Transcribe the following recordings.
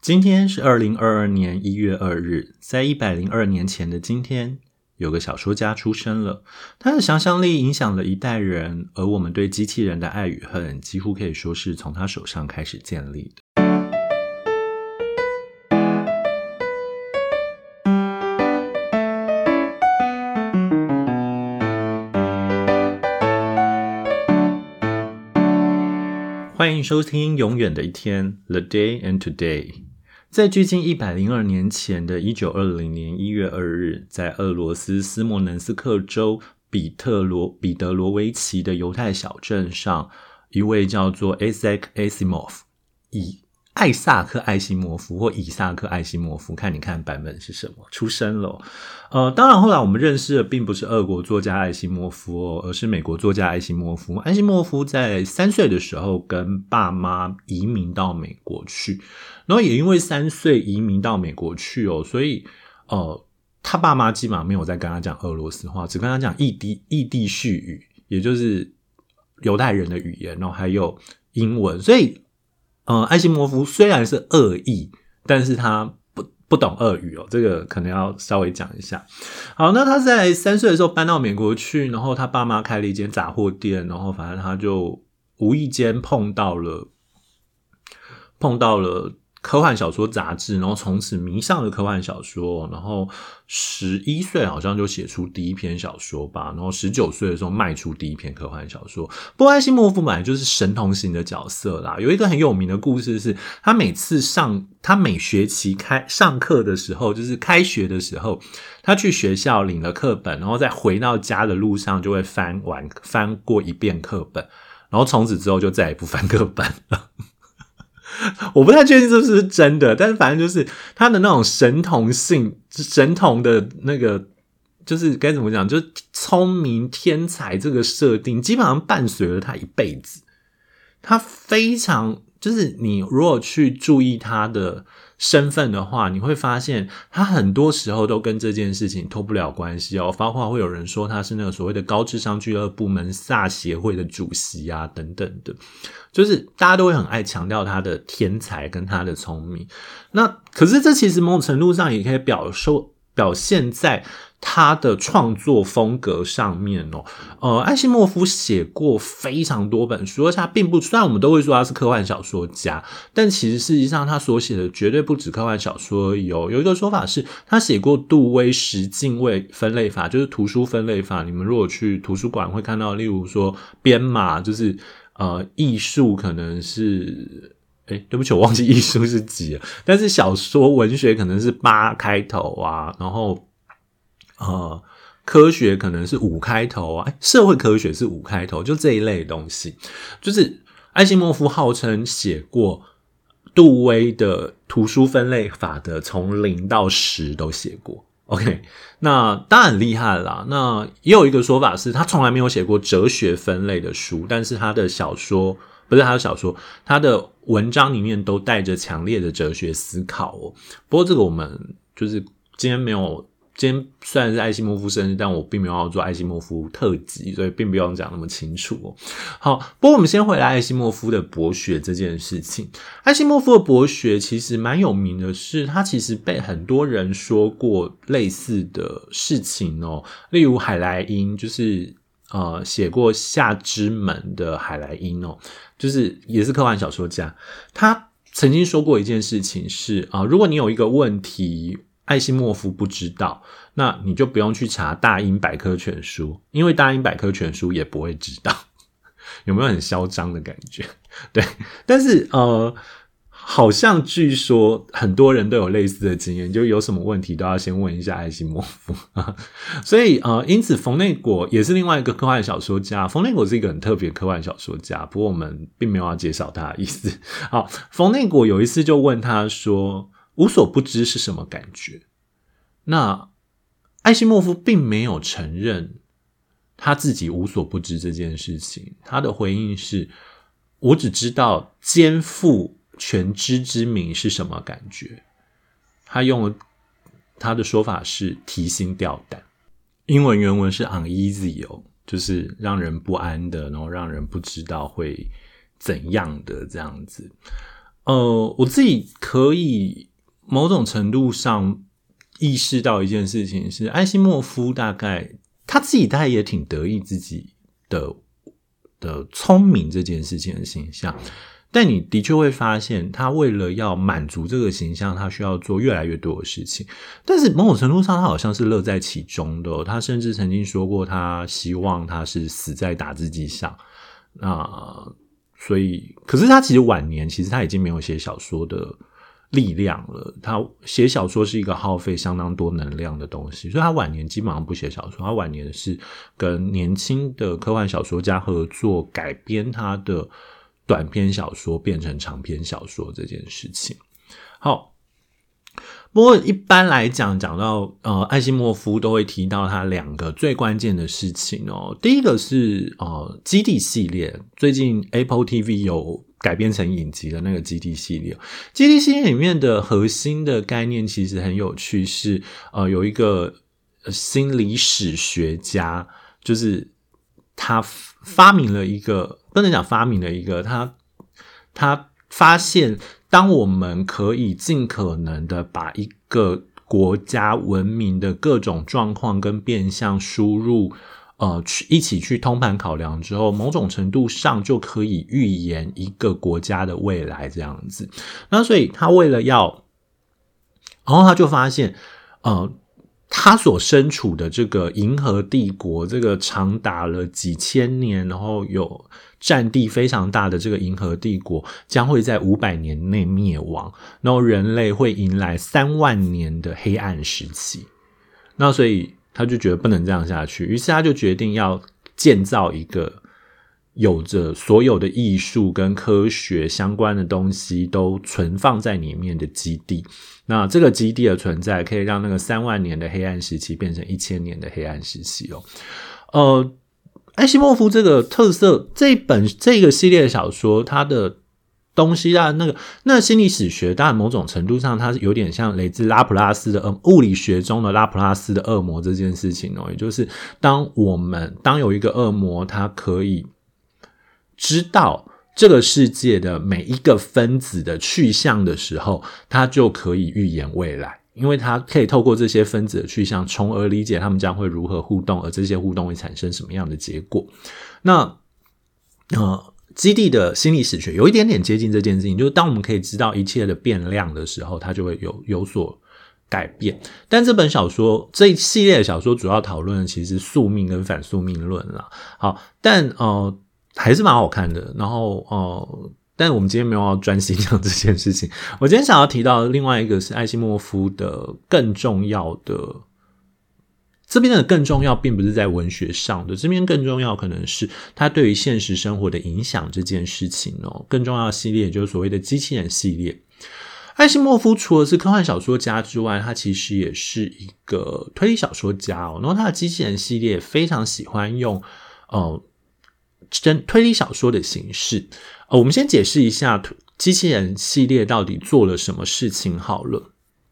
今天是2022年1月2日，在102年前的今天，有个小说家出生了。他的想象力影响了一代人，而我们对机器人的爱与恨，几乎可以说是从他手上开始建立的。欢迎收听《永远的一天》The Day and Today。在距今102年前的1920年1月2日，在俄罗斯斯摩棱斯克州彼得罗维奇的犹太小镇上，一位叫做 Isaac Asimov 艾萨克·艾西莫夫或以萨克·艾西莫夫，看你看版本是什么，出生了。当然后来我们认识的并不是俄国作家艾西莫夫而是美国作家艾西莫夫。艾西莫夫在3岁的时候跟爸妈移民到美国去，然后也因为3岁移民到美国去所以他爸妈基本上没有在跟他讲俄罗斯话，只跟他讲异地絮语，也就是犹太人的语言，然后还有英文。所以艾西莫夫虽然是俄裔，但是他不懂俄语这个可能要稍微讲一下。好，那他在3岁的时候搬到美国去，然后他爸妈开了一间杂货店，然后反正他就无意间碰到了科幻小说杂志，然后从此迷上了科幻小说，然后11岁好像就写出第一篇小说吧，然后19岁的时候卖出第一篇科幻小说。不过艾西莫夫本来就是神童型的角色啦，有一个很有名的故事是，他每学期上课的时候，就是开学的时候，他去学校领了课本，然后在回到家的路上就会翻过一遍课本，然后从此之后就再也不翻课本了。我不太确定这是不是真的，但是反正就是他的那种神童的那个，就是该怎么讲，就是聪明天才这个设定基本上伴随了他一辈子。他非常就是你如果去注意他的身份的话，你会发现他很多时候都跟这件事情脱不了关系包括会有人说他是那个所谓的高智商俱乐部门萨协会的主席等等的，就是大家都会很爱强调他的天才跟他的聪明。那可是这其实某种程度上也可以表现在他的创作风格上面艾西莫夫写过非常多本书，而且他虽然我们都会说他是科幻小说家，但其实实际上他所写的绝对不止科幻小说而已有一个说法是他写过杜威十进位分类法，就是图书分类法。你们如果去图书馆会看到，例如说编码，就是艺术可能是对不起我忘记艺术是几了，但是小说文学可能是8开头然后科学可能是5开头社会科学是5开头，就这一类的东西。就是艾西莫夫号称写过杜威的图书分类法的从0到10都写过。OK， 那当然很厉害啦。那也有一个说法是他从来没有写过哲学分类的书，但是他的他的文章里面都带着强烈的哲学思考不过这个我们就是今天虽然是艾西莫夫生日，但我并没有要做艾西莫夫特辑，所以并不用讲那么清楚好，不过我们先回来艾西莫夫的博学这件事情。艾西莫夫的博学其实蛮有名的是，他其实被很多人说过类似的事情例如海莱因，就是写过夏之门的海莱因就是也是科幻小说家。他曾经说过一件事情是如果你有一个问题艾西莫夫不知道，那你就不用去查大英百科全书，因为大英百科全书也不会知道。有没有很嚣张的感觉？对，但是好像据说很多人都有类似的经验，就有什么问题都要先问一下艾西莫夫所以因此冯内果也是另外一个科幻小说家。冯内果是一个很特别的科幻小说家，不过我们并没有要介绍他的意思。好，冯内果有一次就问他说无所不知是什么感觉？那艾西莫夫并没有承认他自己无所不知这件事情，他的回应是我只知道肩负全知之名是什么感觉。他的说法是提心吊胆，英文原文是 uneasy 就是让人不安的，然后让人不知道会怎样的这样子。 我自己可以某种程度上意识到一件事情是，艾西莫夫大概他自己大概也挺得意自己的聪明这件事情的形象，但你的确会发现他为了要满足这个形象，他需要做越来越多的事情，但是某种程度上他好像是乐在其中的他甚至曾经说过他希望他是死在打字机上，所以可是他其实晚年其实他已经没有写小说的力量了，他写小说是一个耗费相当多能量的东西，所以他晚年基本上不写小说，他晚年是跟年轻的科幻小说家合作改编他的短篇小说变成长篇小说这件事情。好，不过一般来讲到艾西莫夫都会提到他2个最关键的事情第一个是基地系列，最近 Apple TV 有改编成影集的那个基地系列。基地系列里面的核心的概念其实很有趣，是有一个心理史学家，就是他发明了一个，不能讲发明了一个，他发现当我们可以尽可能的把一个国家文明的各种状况跟变相输入一起去通盘考量之后，某种程度上就可以预言一个国家的未来这样子。那所以他为了要，然后他就发现他所身处的这个银河帝国，这个长达了几千年，然后有占地非常大的这个银河帝国将会在500年内灭亡，然后人类会迎来3万年的黑暗时期。那所以他就觉得不能这样下去，于是他就决定要建造一个有着所有的艺术跟科学相关的东西都存放在里面的基地。那这个基地的存在可以让那个3万年的黑暗时期变成1000年的黑暗时期艾西莫夫这个特色，这个系列的小说，它的东西那心理史学，当然某种程度上它有点像来自拉普拉斯的物理学中的拉普拉斯的恶魔这件事情也就是当有一个恶魔，它可以知道这个世界的每一个分子的去向的时候，它就可以预言未来，因为它可以透过这些分子的去向，从而理解它们将会如何互动，而这些互动会产生什么样的结果。那基地的心理史学有一点点接近这件事情，就是当我们可以知道一切的变量的时候，它就会有所改变。但这一系列的小说主要讨论的其实宿命跟反宿命论啦。好，但还是蛮好看的。然后但我们今天没有要专心讲这件事情。我今天想要提到的另外一个是艾西莫夫的更重要的，这边的更重要并不是在文学上的，这边更重要可能是他对于现实生活的影响这件事情更重要的系列就是所谓的机器人系列。艾西莫夫除了是科幻小说家之外，他其实也是一个推理小说家然后他的机器人系列非常喜欢用推理小说的形式。我们先解释一下机器人系列到底做了什么事情好了。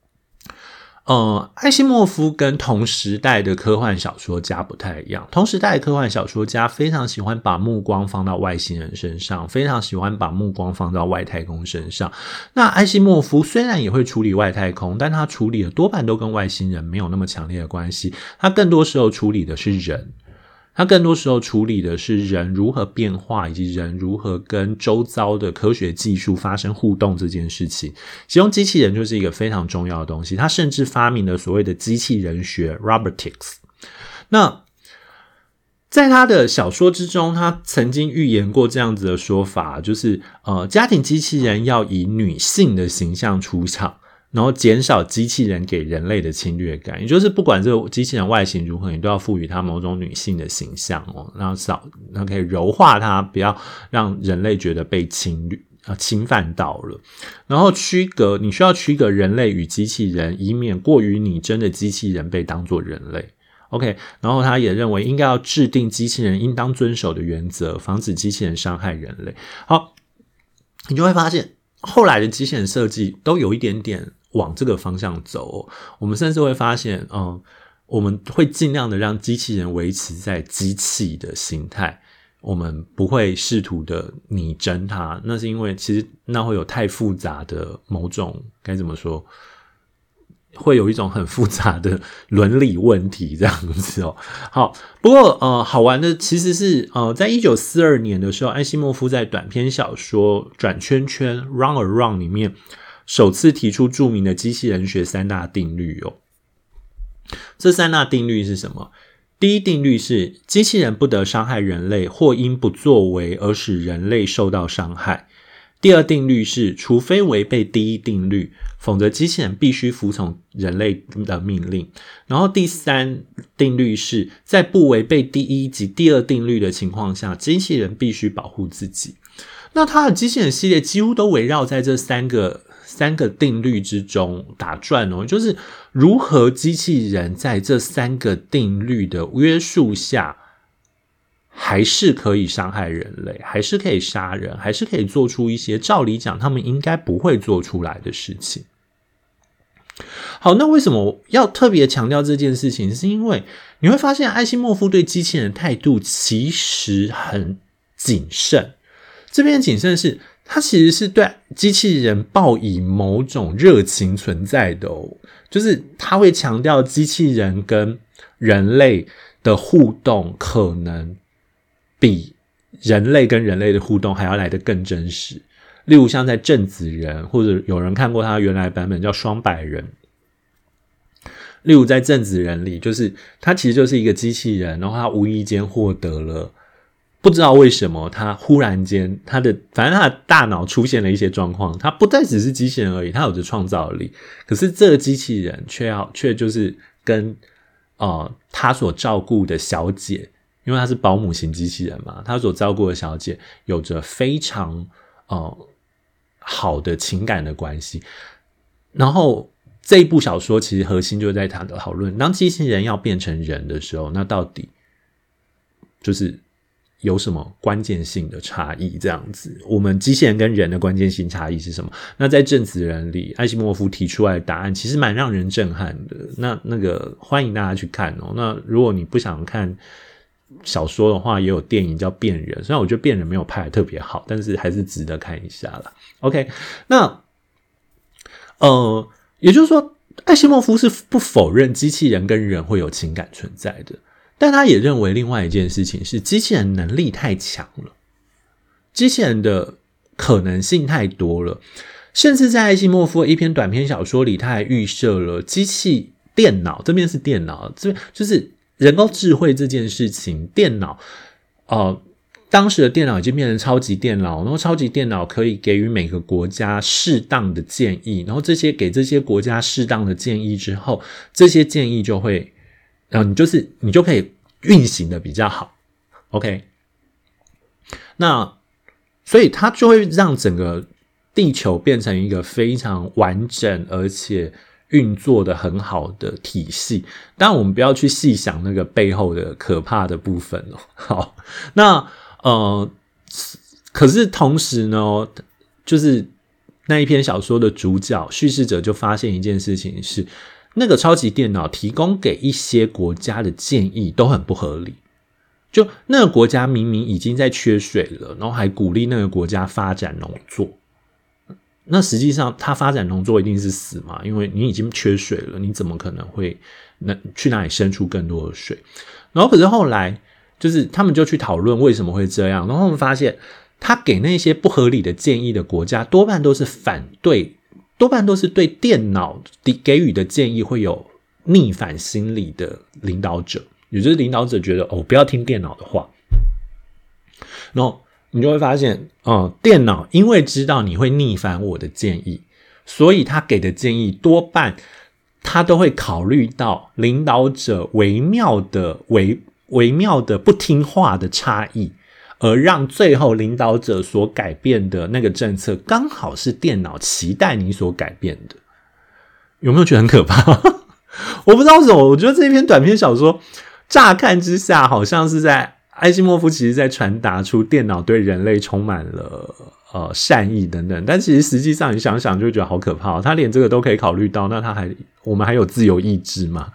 艾西莫夫跟同时代的科幻小说家不太一样，同时代的科幻小说家非常喜欢把目光放到外星人身上，非常喜欢把目光放到外太空身上。那艾西莫夫虽然也会处理外太空，但他处理的多半都跟外星人没有那么强烈的关系，他更多时候处理的是人，他更多时候处理的是人如何变化，以及人如何跟周遭的科学技术发生互动这件事情。其中机器人就是一个非常重要的东西，他甚至发明了所谓的机器人学 Robotics。 那在他的小说之中，他曾经预言过这样子的说法，就是家庭机器人要以女性的形象出场，然后减少机器人给人类的侵略感，也就是不管这个机器人外形如何，你都要赋予它某种女性的形象然后可以柔化它，不要让人类觉得被侵犯到了，然后你需要区隔人类与机器人，以免过于拟真的机器人被当作人类。OK， 然后他也认为应该要制定机器人应当遵守的原则，防止机器人伤害人类。好，你就会发现后来的机器人设计都有一点点往这个方向走我们甚至会发现我们会尽量的让机器人维持在机器的形态， 我们不会试图的拟真它，那是因为其实那会有太复杂的某种该怎么说，会有一种很复杂的伦理问题这样子哦。好，不过好玩的其实是在1942年的时候，艾西莫夫在短篇小说《转圈圈》（Run Around） 里面首次提出著名的机器人学三大定律哦。这三大定律是什么？第一定律是机器人不得伤害人类，或因不作为而使人类受到伤害。第二定律是除非违背第一定律，否则机器人必须服从人类的命令。然后第三定律是在不违背第一及第二定律的情况下，机器人必须保护自己。那它的机器人系列几乎都围绕在这三个定律之中打转哦，就是如何机器人在这三个定律的约束下，还是可以伤害人类，还是可以杀人，还是可以做出一些照理讲他们应该不会做出来的事情。好，那为什么要特别强调这件事情？是因为你会发现艾西莫夫对机器人的态度其实很谨慎。这边谨慎是他其实是对机器人抱以某种热情存在的哦，就是他会强调机器人跟人类的互动可能比人类跟人类的互动还要来得更真实。例如像在正子人，或者有人看过他原来版本叫双百人。例如在正子人里，就是他其实就是一个机器人，然后他无意间获得了不知道为什么他忽然间反正他的大脑出现了一些状况，他不再只是机器人而已，他有着创造力。可是这个机器人却就是跟他所照顾的小姐，因为他是保姆型机器人嘛，他所照顾的小姐有着非常好的情感的关系。然后这一部小说其实核心就是在讨论，当机器人要变成人的时候，那到底就是有什么关键性的差异这样子。我们机器人跟人的关键性差异是什么？那在正子人里，艾西莫夫提出来的答案其实蛮让人震撼的。那个欢迎大家去看哦。那如果你不想看小说的话，也有电影叫《变人》，虽然我觉得《变人》没有拍得特别好，但是还是值得看一下啦。OK， 那也就是说，艾西莫夫是不否认机器人跟人会有情感存在的。但他也认为另外一件事情是，机器人能力太强了，机器人的可能性太多了，甚至在艾西莫夫的一篇短篇小说里，他还预设了电脑，这边是电脑，这边就是人工智慧这件事情，电脑当时的电脑已经变成超级电脑，然后超级电脑可以给予每个国家适当的建议，然后给这些国家适当的建议之后，这些建议就会你就可以运行的比较好 ，OK？ 那所以它就会让整个地球变成一个非常完整而且运作的很好的体系。当然我们不要去细想那个背后的可怕的部分哦。好，那可是同时呢，就是那一篇小说的主角叙事者就发现一件事情是，那个超级电脑提供给一些国家的建议都很不合理。就那个国家明明已经在缺水了，然后还鼓励那个国家发展农作，那实际上他发展农作一定是死嘛，因为你已经缺水了，你怎么可能会去哪里生出更多的水？然后可是后来就是他们就去讨论为什么会这样，然后他们发现他给那些不合理的建议的国家多半都是反对，多半都是对电脑给予的建议会有逆反心理的领导者，也就是领导者觉得不要听电脑的话，然后你就会发现电脑因为知道你会逆反我的建议，所以他给的建议多半他都会考虑到领导者微妙的不听话的差异，而让最后领导者所改变的那个政策刚好是电脑期待你所改变的。有没有觉得很可怕？我不知道为什么，我觉得这篇短篇小说乍看之下好像是在艾西莫夫其实在传达出电脑对人类充满了善意等等，但其实实际上你想想就觉得好可怕他连这个都可以考虑到，那我们还有自由意志吗？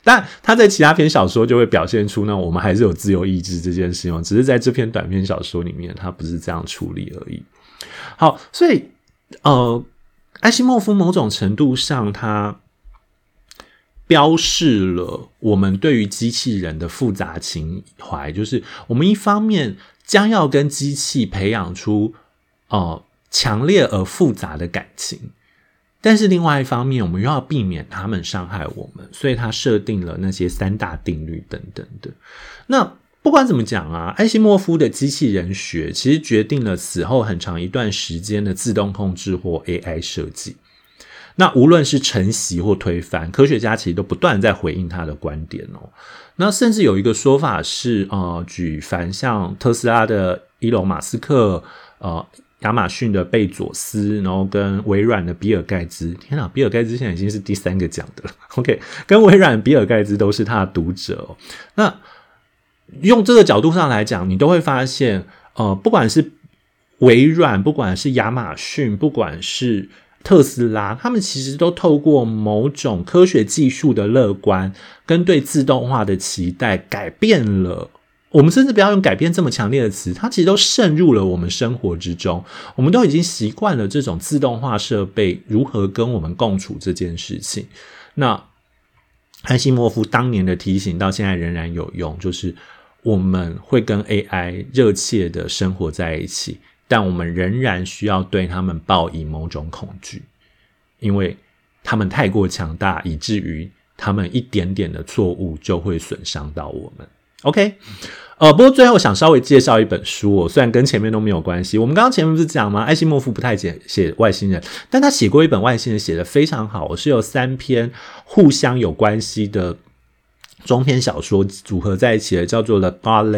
但他在其他篇小说就会表现出呢，我们还是有自由意志这件事情，只是在这篇短篇小说里面，他不是这样处理而已。好，所以艾西莫夫某种程度上，他标示了我们对于机器人的复杂情怀，就是我们一方面将要跟机器培养出强烈而复杂的感情，但是另外一方面我们又要避免他们伤害我们，所以他设定了那些3大定律等等的。那不管怎么讲啊，艾西莫夫的机器人学其实决定了此后很长一段时间的自动控制或 AI 设计。那无论是承袭或推翻，科学家其实都不断在回应他的观点哦。那甚至有一个说法是举凡像特斯拉的伊隆马斯克，亚马逊的贝佐斯，然后跟微软的比尔盖茨，天哪，比尔盖茨现在已经是第3个讲的了 OK， 跟微软比尔盖茨都是他的读者哦。那用这个角度上来讲，你都会发现不管是微软，不管是亚马逊，不管是特斯拉，他们其实都透过某种科学技术的乐观跟对自动化的期待，改变了我们，甚至不要用改变这么强烈的词，它其实都渗入了我们生活之中，我们都已经习惯了这种自动化设备如何跟我们共处这件事情。那艾西莫夫当年的提醒到现在仍然有用，就是我们会跟 AI 热切的生活在一起，但我们仍然需要对他们抱以某种恐惧，因为他们太过强大，以至于他们一点点的错误就会损伤到我们。OK， 不过最后想稍微介绍一本书虽然跟前面都没有关系。我们刚刚前面不是讲吗？艾西莫夫不太写外星人，但他写过一本外星人，写得非常好，是由3篇互相有关系的中篇小说组合在一起的，叫做 The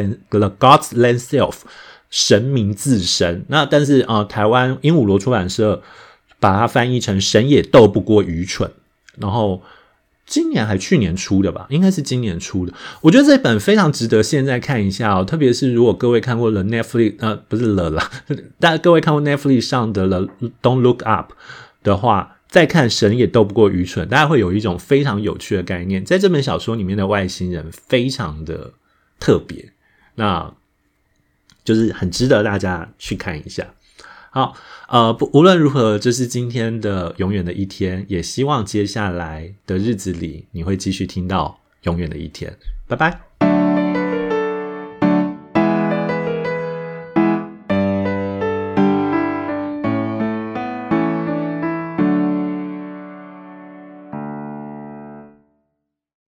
God's Land Self， 神明自身。那但是台湾鹦鹉螺出版社把它翻译成神也斗不过愚蠢，然后今年还去年出的吧，应该是今年出的。我觉得这本非常值得现在看一下特别是如果各位看过了 Netflix 不是了啦，但各位看过 Netflix 上的 Don't Look Up 的话，再看神也斗不过愚蠢，大家会有一种非常有趣的概念。在这本小说里面的外星人非常的特别，那就是很值得大家去看一下。好，无论如何，这是今天的永远的一天，也希望接下来的日子里你会继续听到永远的一天。拜拜。